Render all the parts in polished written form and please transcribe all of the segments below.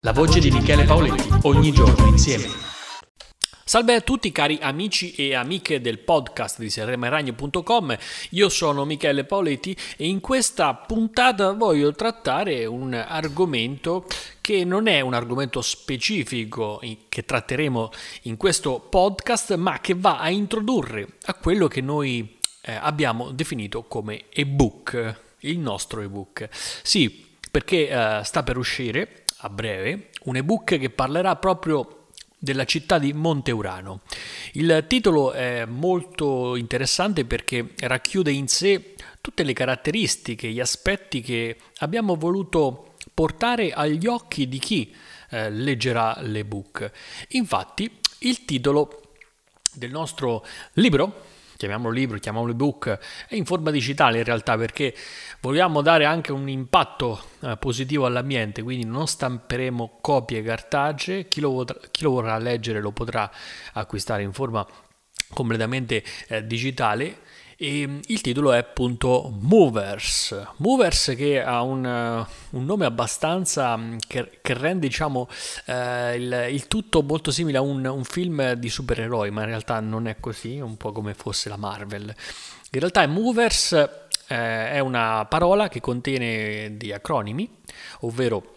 La voce di Michele Paoletti, ogni giorno insieme. Salve a tutti cari amici e amiche del podcast di serremeragno.com, io sono Michele Paoletti e in questa puntata voglio trattare un argomento che non è un argomento specifico che tratteremo in questo podcast, ma che va a introdurre a quello che noi abbiamo definito come ebook, il nostro ebook. Sì, perché sta per uscire a breve un ebook che parlerà proprio della città di Monteurano. Il titolo è molto interessante perché racchiude in sé tutte le caratteristiche, gli aspetti che abbiamo voluto portare agli occhi di chi leggerà l'ebook. Infatti, il titolo del nostro libro, chiamiamolo ebook, è in forma digitale in realtà perché vogliamo dare anche un impatto positivo all'ambiente, quindi non stamperemo copie cartacee, chi lo vorrà leggere lo potrà acquistare in forma completamente digitale. E il titolo è appunto Movers che ha un nome abbastanza che rende diciamo il tutto molto simile a un film di supereroi, ma in realtà non è così, è un po' come fosse la Marvel. In realtà Movers è una parola che contiene degli acronimi, ovvero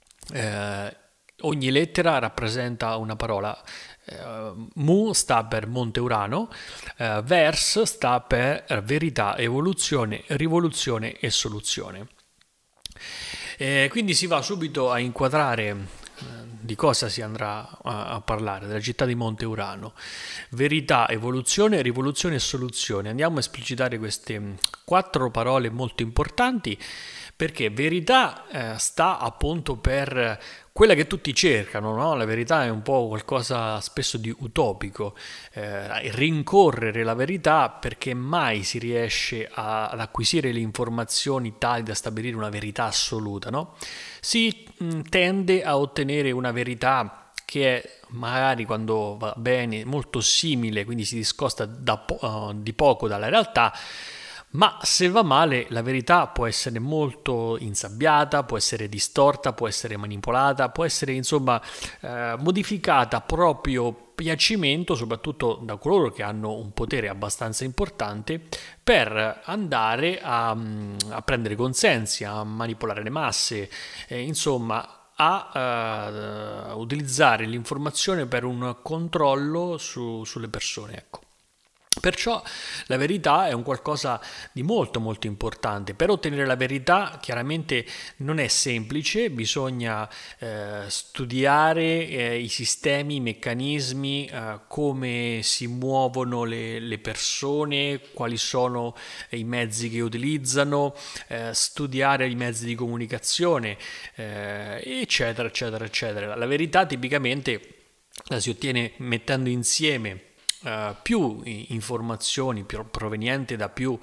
ogni lettera rappresenta una parola. Mu sta per Monteurano, vers sta per verità, evoluzione, rivoluzione e soluzione. Quindi si va subito a inquadrare di cosa si andrà a parlare, della città di Monteurano. Verità, evoluzione, rivoluzione e soluzione. Andiamo a esplicitare queste 4 parole molto importanti perché verità sta appunto per quella che tutti cercano, no? La verità è un po' qualcosa spesso di utopico, rincorrere la verità perché mai si riesce ad acquisire le informazioni tali da stabilire una verità assoluta, no? Si tende a ottenere una verità che è magari quando va bene molto simile, quindi si discosta di poco dalla realtà, ma se va male la verità può essere molto insabbiata, può essere distorta, può essere manipolata, può essere insomma modificata a proprio piacimento, soprattutto da coloro che hanno un potere abbastanza importante, per andare a prendere consensi, a manipolare le masse, insomma a utilizzare l'informazione per un controllo sulle persone, ecco. Perciò la verità è un qualcosa di molto molto importante. Per ottenere la verità chiaramente non è semplice, bisogna studiare i sistemi, i meccanismi, come si muovono le persone, quali sono i mezzi che utilizzano, studiare i mezzi di comunicazione, eccetera, eccetera, eccetera. La verità tipicamente la si ottiene mettendo insieme più informazioni provenienti da più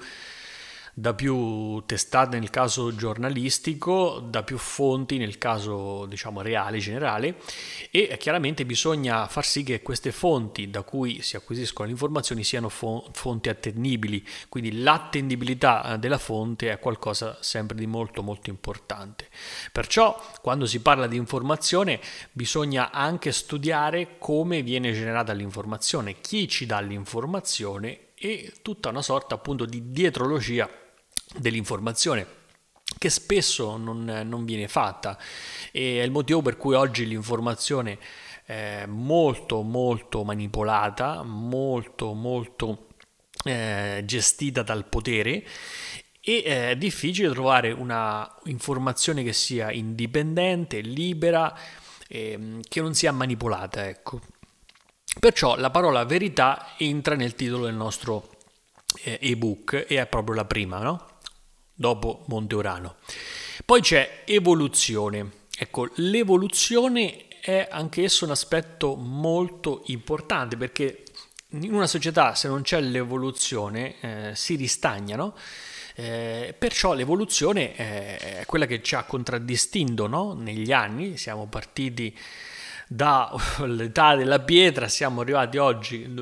testate nel caso giornalistico, da più fonti nel caso diciamo reale, generale, e chiaramente bisogna far sì che queste fonti da cui si acquisiscono le informazioni siano fonti attendibili, quindi l'attendibilità della fonte è qualcosa sempre di molto molto importante. Perciò quando si parla di informazione bisogna anche studiare come viene generata l'informazione, chi ci dà l'informazione e tutta una sorta appunto di dietrologia dell'informazione che spesso non viene fatta, e è il motivo per cui oggi l'informazione è molto molto manipolata, molto molto gestita dal potere, e è difficile trovare una informazione che sia indipendente, libera, che non sia manipolata, ecco. Perciò la parola verità entra nel titolo del nostro ebook e è proprio la prima, no? Dopo Monteurano. Poi c'è evoluzione. Ecco, l'evoluzione è anch'esso un aspetto molto importante perché in una società se non c'è l'evoluzione si ristagna, no? Perciò l'evoluzione è quella che ci ha contraddistinto, no? Negli anni. Siamo partiti dall'età della pietra, siamo arrivati oggi nel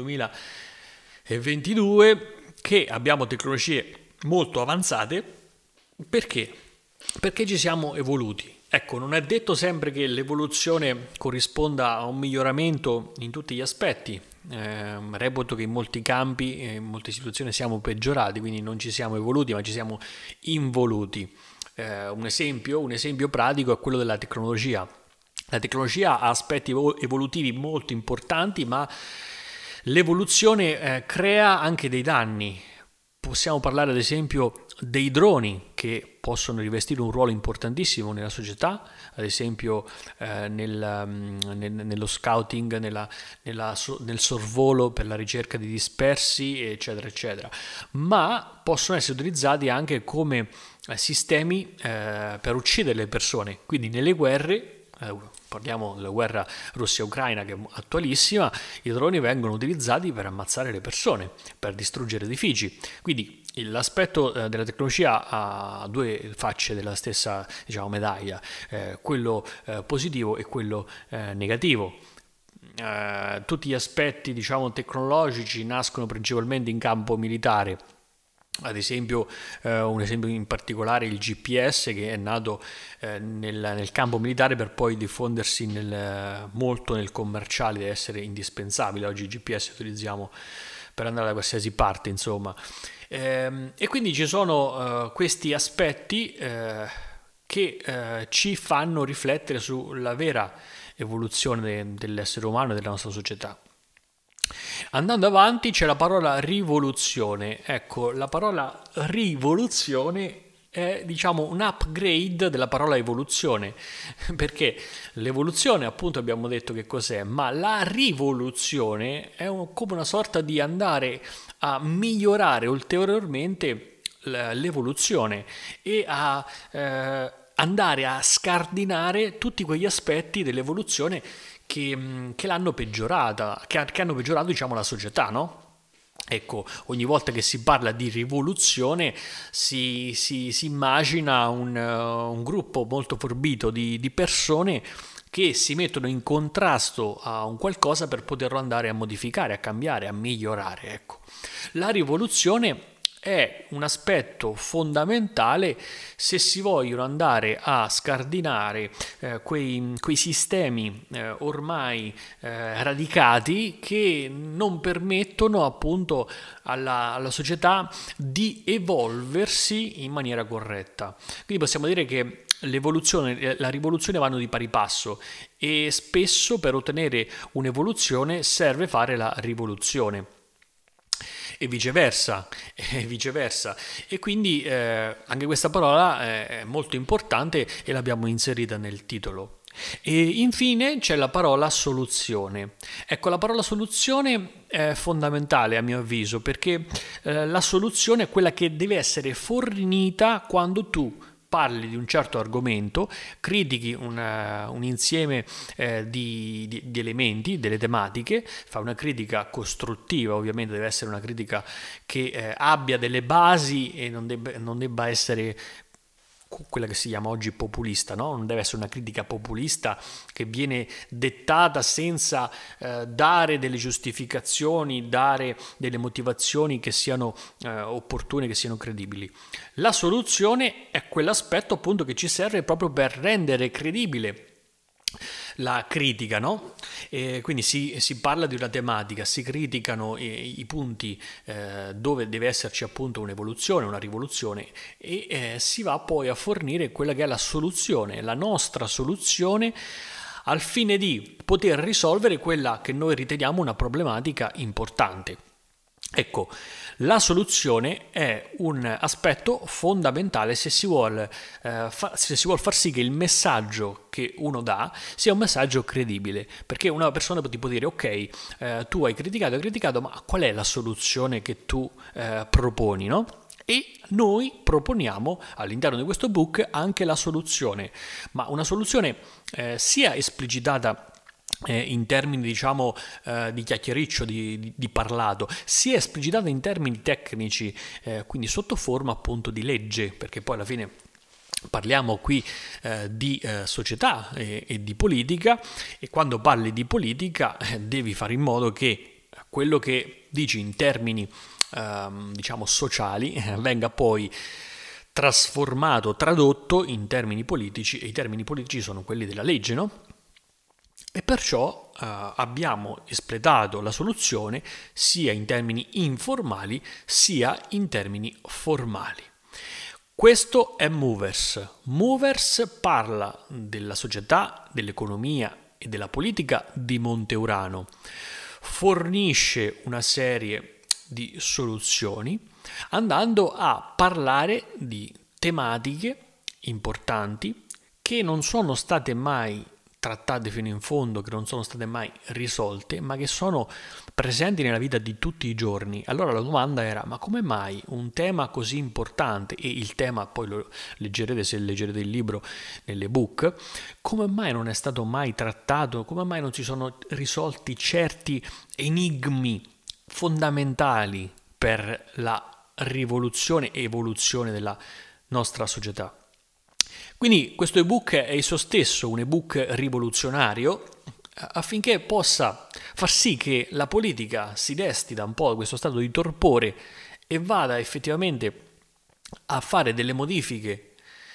2022 che abbiamo tecnologie molto avanzate. Perché? Perché ci siamo evoluti. Ecco, non è detto sempre che l'evoluzione corrisponda a un miglioramento in tutti gli aspetti. Reputo che in molti campi, in molte situazioni siamo peggiorati, quindi non ci siamo evoluti, ma ci siamo involuti. Un esempio pratico è quello della tecnologia. La tecnologia ha aspetti evolutivi molto importanti, ma l'evoluzione crea anche dei danni. Possiamo parlare ad esempio dei droni che possono rivestire un ruolo importantissimo nella società, ad esempio nello scouting, nel sorvolo per la ricerca di dispersi, eccetera, eccetera, ma possono essere utilizzati anche come sistemi per uccidere le persone, quindi nelle guerre. Parliamo della guerra Russia-Ucraina che è attualissima, i droni vengono utilizzati per ammazzare le persone, per distruggere edifici. Quindi l'aspetto della tecnologia ha due facce della stessa, diciamo, medaglia, quello positivo e quello negativo. Tutti gli aspetti, diciamo, tecnologici nascono principalmente in campo militare. Ad esempio, un esempio in particolare il GPS, che è nato nel campo militare per poi diffondersi molto nel commerciale, deve essere indispensabile. Oggi il GPS utilizziamo per andare da qualsiasi parte, insomma. E quindi ci sono questi aspetti che ci fanno riflettere sulla vera evoluzione dell'essere umano e della nostra società. Andando avanti c'è la parola rivoluzione. Ecco, la parola rivoluzione è, diciamo, un upgrade della parola evoluzione, perché l'evoluzione, appunto, abbiamo detto che cos'è, ma la rivoluzione è come una sorta di andare a migliorare ulteriormente l'evoluzione e a andare a scardinare tutti quegli aspetti dell'evoluzione che l'hanno peggiorata, che hanno peggiorato, diciamo, la società, no? Ecco, ogni volta che si parla di rivoluzione si immagina un gruppo molto forbito di persone che si mettono in contrasto a un qualcosa per poterlo andare a modificare, a cambiare, a migliorare. Ecco, la rivoluzione è un aspetto fondamentale se si vogliono andare a scardinare quei sistemi ormai radicati che non permettono, appunto, alla società di evolversi in maniera corretta. Quindi possiamo dire che l'evoluzione e la rivoluzione vanno di pari passo e spesso per ottenere un'evoluzione serve fare la rivoluzione. E viceversa, e quindi anche questa parola è molto importante e l'abbiamo inserita nel titolo. E infine c'è la parola soluzione. Ecco, la parola soluzione è fondamentale a mio avviso, perché la soluzione è quella che deve essere fornita quando tu parli di un certo argomento, critichi un insieme di elementi, delle tematiche, fa una critica costruttiva, ovviamente deve essere una critica che abbia delle basi e non debba essere quella che si chiama oggi populista, no? Non deve essere una critica populista che viene dettata senza dare delle giustificazioni, dare delle motivazioni che siano opportune, che siano credibili. La soluzione è quell'aspetto, appunto, che ci serve proprio per rendere credibile la critica, no? Quindi si parla di una tematica, si criticano i punti dove deve esserci, appunto, un'evoluzione, una rivoluzione, e si va poi a fornire quella che è la soluzione, la nostra soluzione, al fine di poter risolvere quella che noi riteniamo una problematica importante. Ecco, la soluzione è un aspetto fondamentale se si vuol far sì che il messaggio che uno dà sia un messaggio credibile, perché una persona ti può dire: ok, tu hai criticato, ma qual è la soluzione che tu proponi, no? E noi proponiamo all'interno di questo book anche la soluzione, ma una soluzione sia esplicitata in termini, diciamo, di chiacchiericcio, di parlato, sia esplicitata in termini tecnici, quindi sotto forma, appunto, di legge, perché poi alla fine parliamo qui di società e di politica, e quando parli di politica devi fare in modo che quello che dici in termini diciamo sociali venga poi trasformato, tradotto in termini politici, e i termini politici sono quelli della legge, no? E perciò abbiamo espletato la soluzione sia in termini informali sia in termini formali. Questo è Movers. Movers parla della società, dell'economia e della politica di Monteurano. Fornisce una serie di soluzioni andando a parlare di tematiche importanti che non sono state mai trattate fino in fondo, che non sono state mai risolte, ma che sono presenti nella vita di tutti i giorni. Allora la domanda era: ma come mai un tema così importante, e il tema poi lo leggerete se leggerete il libro nell'ebook, come mai non è stato mai trattato, come mai non si sono risolti certi enigmi fondamentali per la rivoluzione e evoluzione della nostra società? Quindi questo ebook è esso stesso un ebook rivoluzionario affinché possa far sì che la politica si desti da un po' da questo stato di torpore e vada effettivamente a fare delle modifiche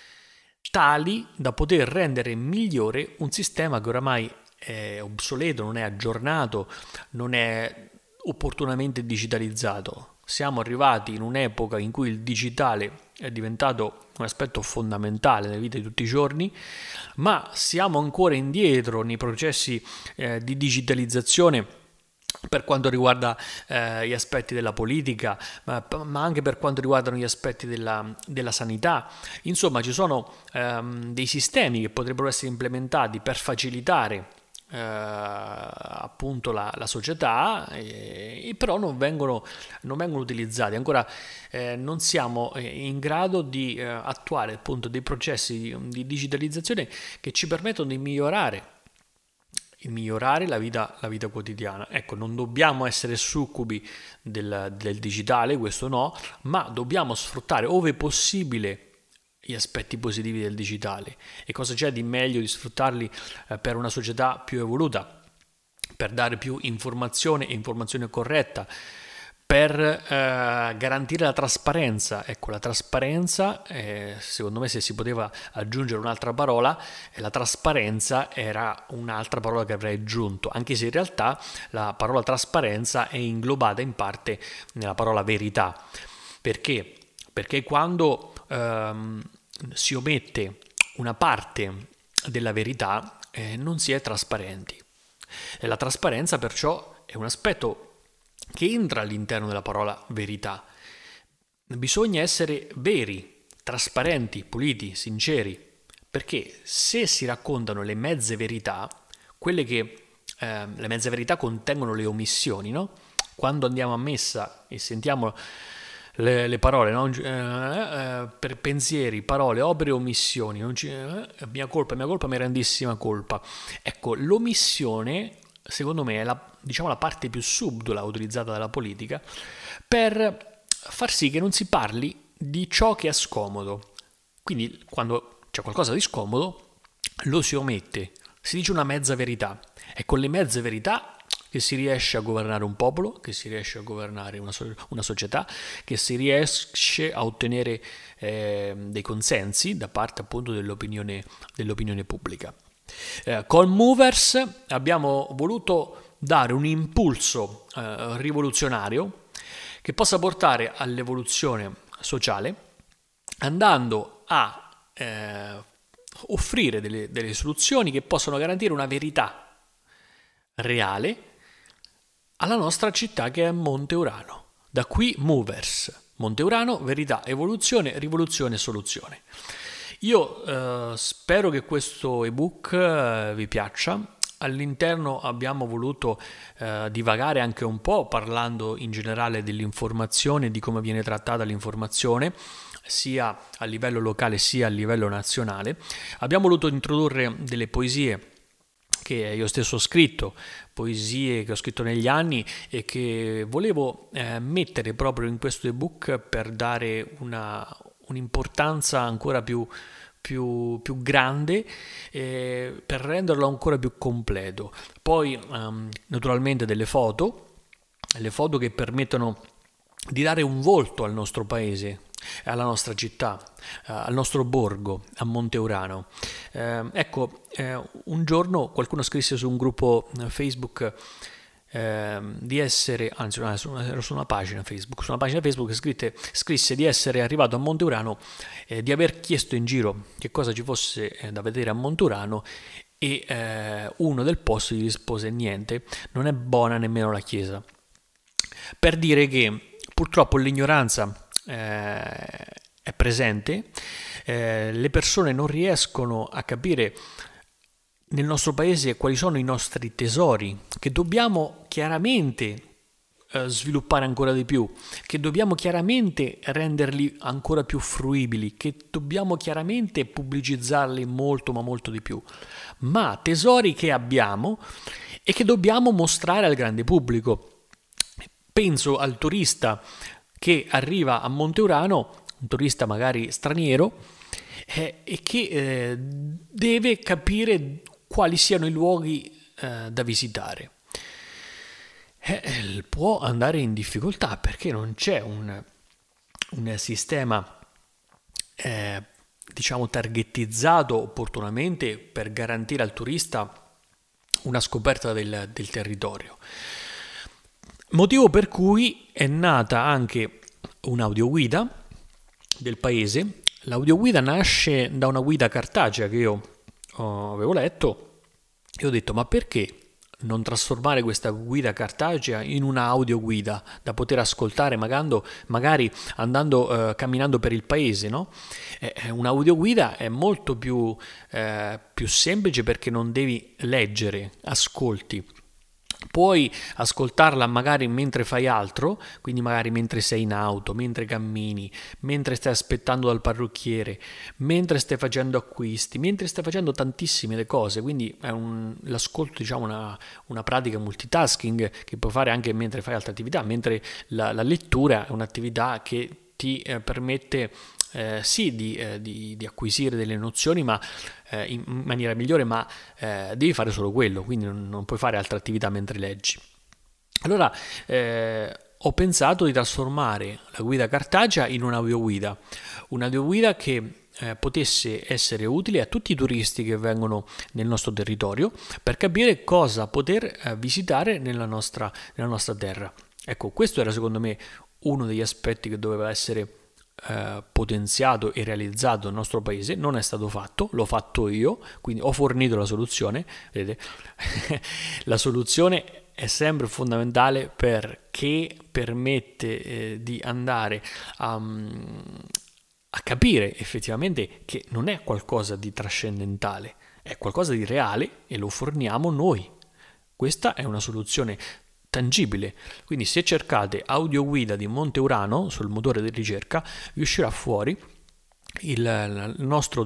tali da poter rendere migliore un sistema che oramai è obsoleto, non è aggiornato, non è opportunamente digitalizzato. Siamo arrivati in un'epoca in cui il digitale è diventato un aspetto fondamentale nella vita di tutti i giorni, ma siamo ancora indietro nei processi di digitalizzazione per quanto riguarda gli aspetti della politica, ma anche per quanto riguardano gli aspetti della sanità. Insomma, ci sono dei sistemi che potrebbero essere implementati per facilitare appunto la società, e però non vengono utilizzati ancora. Non siamo in grado di attuare appunto dei processi di digitalizzazione che ci permettono di migliorare la vita quotidiana. Ecco, non dobbiamo essere succubi del digitale, questo no, ma dobbiamo sfruttare ove possibile gli aspetti positivi del digitale. E cosa c'è di meglio di sfruttarli per una società più evoluta, per dare più informazione e informazione corretta, per garantire la trasparenza. Ecco, la trasparenza, secondo me, se si poteva aggiungere un'altra parola, la trasparenza era un'altra parola che avrei aggiunto, anche se in realtà la parola trasparenza è inglobata in parte nella parola verità. Perché? Perché quando si omette una parte della verità non si è trasparenti. E la trasparenza perciò è un aspetto che entra all'interno della parola verità. Bisogna essere veri, trasparenti, puliti, sinceri, perché se si raccontano le mezze verità, le mezze verità contengono le omissioni, no? Quando andiamo a messa e sentiamo le parole, no? Per pensieri, parole, opere, omissioni, mia colpa, mia grandissima colpa. Ecco, l'omissione, secondo me, è la parte più subdola utilizzata dalla politica per far sì che non si parli di ciò che è scomodo. Quindi quando c'è qualcosa di scomodo lo si omette, si dice una mezza verità. È con le mezze verità che si riesce a governare un popolo, che si riesce a governare una società, che si riesce a ottenere dei consensi da parte appunto dell'opinione pubblica. Con Movers abbiamo voluto dare un impulso rivoluzionario che possa portare all'evoluzione sociale, andando a offrire delle soluzioni che possono garantire una verità reale alla nostra città, che è Monteurano. Da qui Movers. Monteurano, verità, evoluzione, rivoluzione, soluzione. Io spero che questo ebook vi piaccia. All'interno abbiamo voluto divagare anche un po', parlando in generale dell'informazione, di come viene trattata l'informazione, sia a livello locale sia a livello nazionale. Abbiamo voluto introdurre delle poesie che io stesso ho scritto, poesie che ho scritto negli anni e che volevo mettere proprio in questo ebook per dare un'importanza ancora più grande, per renderlo ancora più completo. Poi naturalmente delle foto che permettono di dare un volto al nostro paese, alla nostra città, al nostro borgo, a Monte Urano. Un giorno qualcuno scrisse su un gruppo Facebook di essere, anzi era su una pagina Facebook scrisse di essere arrivato a Monte Urano, di aver chiesto in giro che cosa ci fosse da vedere a Monte Urano, e uno del posto gli rispose: niente, non è buona nemmeno la chiesa. Per dire che purtroppo l'ignoranza è presente, le persone non riescono a capire nel nostro paese quali sono i nostri tesori, che dobbiamo chiaramente sviluppare ancora di più, che dobbiamo chiaramente renderli ancora più fruibili, che dobbiamo chiaramente pubblicizzarli molto ma molto di più, ma tesori che abbiamo e che dobbiamo mostrare al grande pubblico. Penso al turista che arriva a Monte Urano, un turista magari straniero, e che deve capire quali siano i luoghi da visitare. Può andare in difficoltà perché non c'è un sistema targettizzato opportunamente per garantire al turista una scoperta del territorio. Motivo per cui è nata anche un'audioguida del paese. L'audioguida nasce da una guida cartacea che io avevo letto e ho detto: ma perché non trasformare questa guida cartacea in una audioguida da poter ascoltare magari andando camminando per il paese, no? Un'audioguida è molto più semplice perché non devi leggere, ascolti. Puoi ascoltarla magari mentre fai altro, quindi magari mentre sei in auto, mentre cammini, mentre stai aspettando dal parrucchiere, mentre stai facendo acquisti, mentre stai facendo tantissime cose, quindi è l'ascolto, una pratica multitasking che puoi fare anche mentre fai altre attività, mentre la lettura è un'attività che ti permette di acquisire delle nozioni, ma in maniera migliore, ma devi fare solo quello, quindi non puoi fare altre attività mentre leggi. Allora ho pensato di trasformare la guida cartacea in un'audioguida che potesse essere utile a tutti i turisti che vengono nel nostro territorio per capire cosa poter visitare nella nostra terra. Ecco, questo era secondo me uno degli aspetti che doveva essere potenziato e realizzato nel nostro paese. Non è stato fatto, l'ho fatto io, quindi ho fornito la soluzione. Vedete, la soluzione è sempre fondamentale perché permette di andare a capire effettivamente che non è qualcosa di trascendentale, è qualcosa di reale e lo forniamo noi. Questa è una soluzione tangibile, quindi se cercate audioguida di Monte Urano sul motore di ricerca vi uscirà fuori il nostro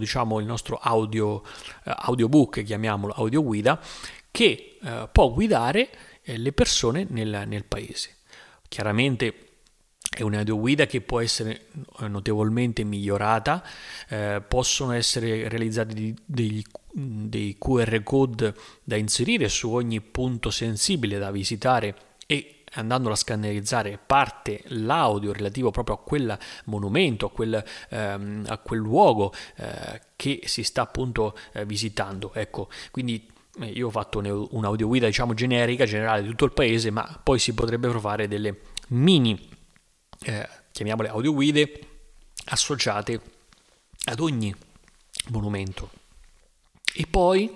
audiobook, chiamiamolo audioguida, che può guidare le persone nel paese. Chiaramente è un'audioguida che può essere notevolmente migliorata, possono essere realizzati dei QR code da inserire su ogni punto sensibile da visitare, e andandolo a scannerizzare parte l'audio relativo proprio a quel monumento, a quel luogo che si sta appunto visitando. Ecco, quindi io ho fatto un'audioguida generale di tutto il paese, ma poi si potrebbero fare delle mini chiamiamole audioguide associate ad ogni monumento. E poi,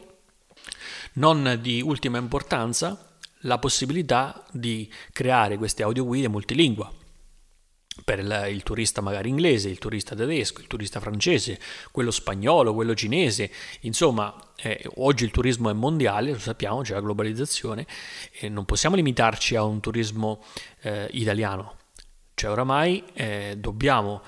non di ultima importanza, la possibilità di creare queste audioguide multilingua per il turista magari inglese, il turista tedesco, il turista francese, quello spagnolo, quello cinese. Insomma, oggi il turismo è mondiale, lo sappiamo, c'è la globalizzazione, e non possiamo limitarci a un turismo italiano. Cioè oramai dobbiamo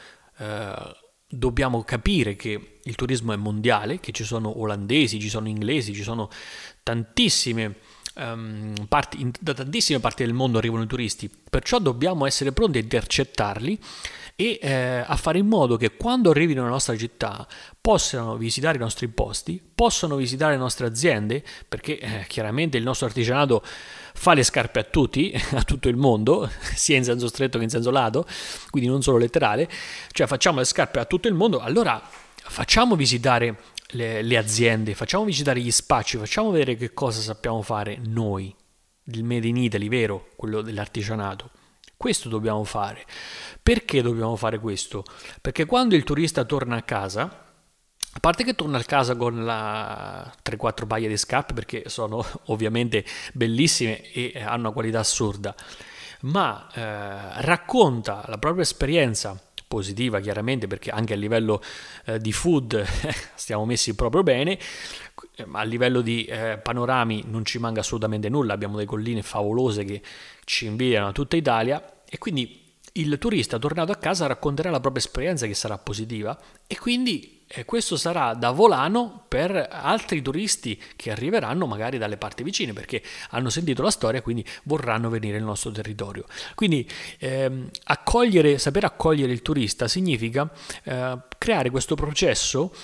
capire che il turismo è mondiale, che ci sono olandesi, ci sono inglesi, ci sono tantissime da tantissime parti del mondo arrivano i turisti, perciò dobbiamo essere pronti a intercettarli e a fare in modo che quando arrivino nella nostra città possano visitare i nostri posti, possano visitare le nostre aziende, perché chiaramente il nostro artigianato fa le scarpe a tutti, a tutto il mondo, sia in senso stretto che in senso lato, quindi non solo letterale, cioè facciamo le scarpe a tutto il mondo, allora facciamo visitare le aziende, facciamo visitare gli spazi, facciamo vedere che cosa sappiamo fare noi, il Made in Italy, vero? Quello dell'artigianato. Questo dobbiamo fare. Perché dobbiamo fare questo? Perché quando il turista torna a casa, a parte che torna a casa con la 3-4 paia di scarpe, perché sono ovviamente bellissime e hanno una qualità assurda, ma racconta la propria esperienza positiva, chiaramente, perché anche a livello di food stiamo messi proprio bene, a livello di panorami non ci manca assolutamente nulla, abbiamo delle colline favolose che ci invidiano a tutta Italia, e quindi il turista tornato a casa racconterà la propria esperienza, che sarà positiva, e quindi questo sarà da volano per altri turisti che arriveranno magari dalle parti vicine, perché hanno sentito la storia e quindi vorranno venire nel nostro territorio. Quindi saper accogliere il turista significa creare questo processo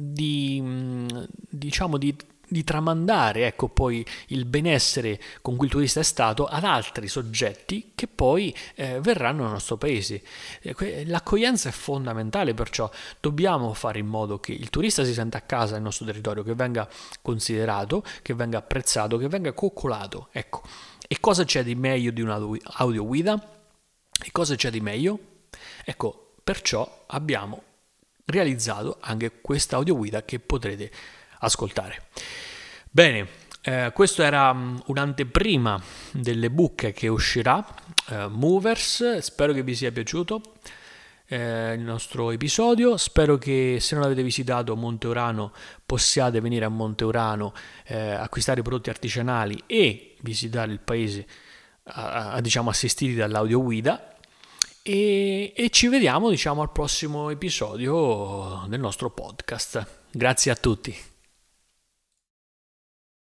di tramandare, ecco, poi il benessere con cui il turista è stato ad altri soggetti che poi verranno nel nostro paese. L'accoglienza è fondamentale, perciò dobbiamo fare in modo che il turista si senta a casa nel nostro territorio, che venga considerato, che venga apprezzato, che venga coccolato. Ecco. E cosa c'è di meglio di un'audioguida? E cosa c'è di meglio? Ecco, perciò abbiamo realizzato anche questa audioguida che potrete ascoltare. Bene, questo era un'anteprima dell'ebook che uscirà, Movers. Spero che vi sia piaciuto il nostro episodio, spero che, se non avete visitato Monte Urano, possiate venire a Monte Urano, acquistare prodotti artigianali e visitare il paese diciamo assistiti dall'audioguida. E ci vediamo, diciamo, al prossimo episodio del nostro podcast. Grazie a tutti.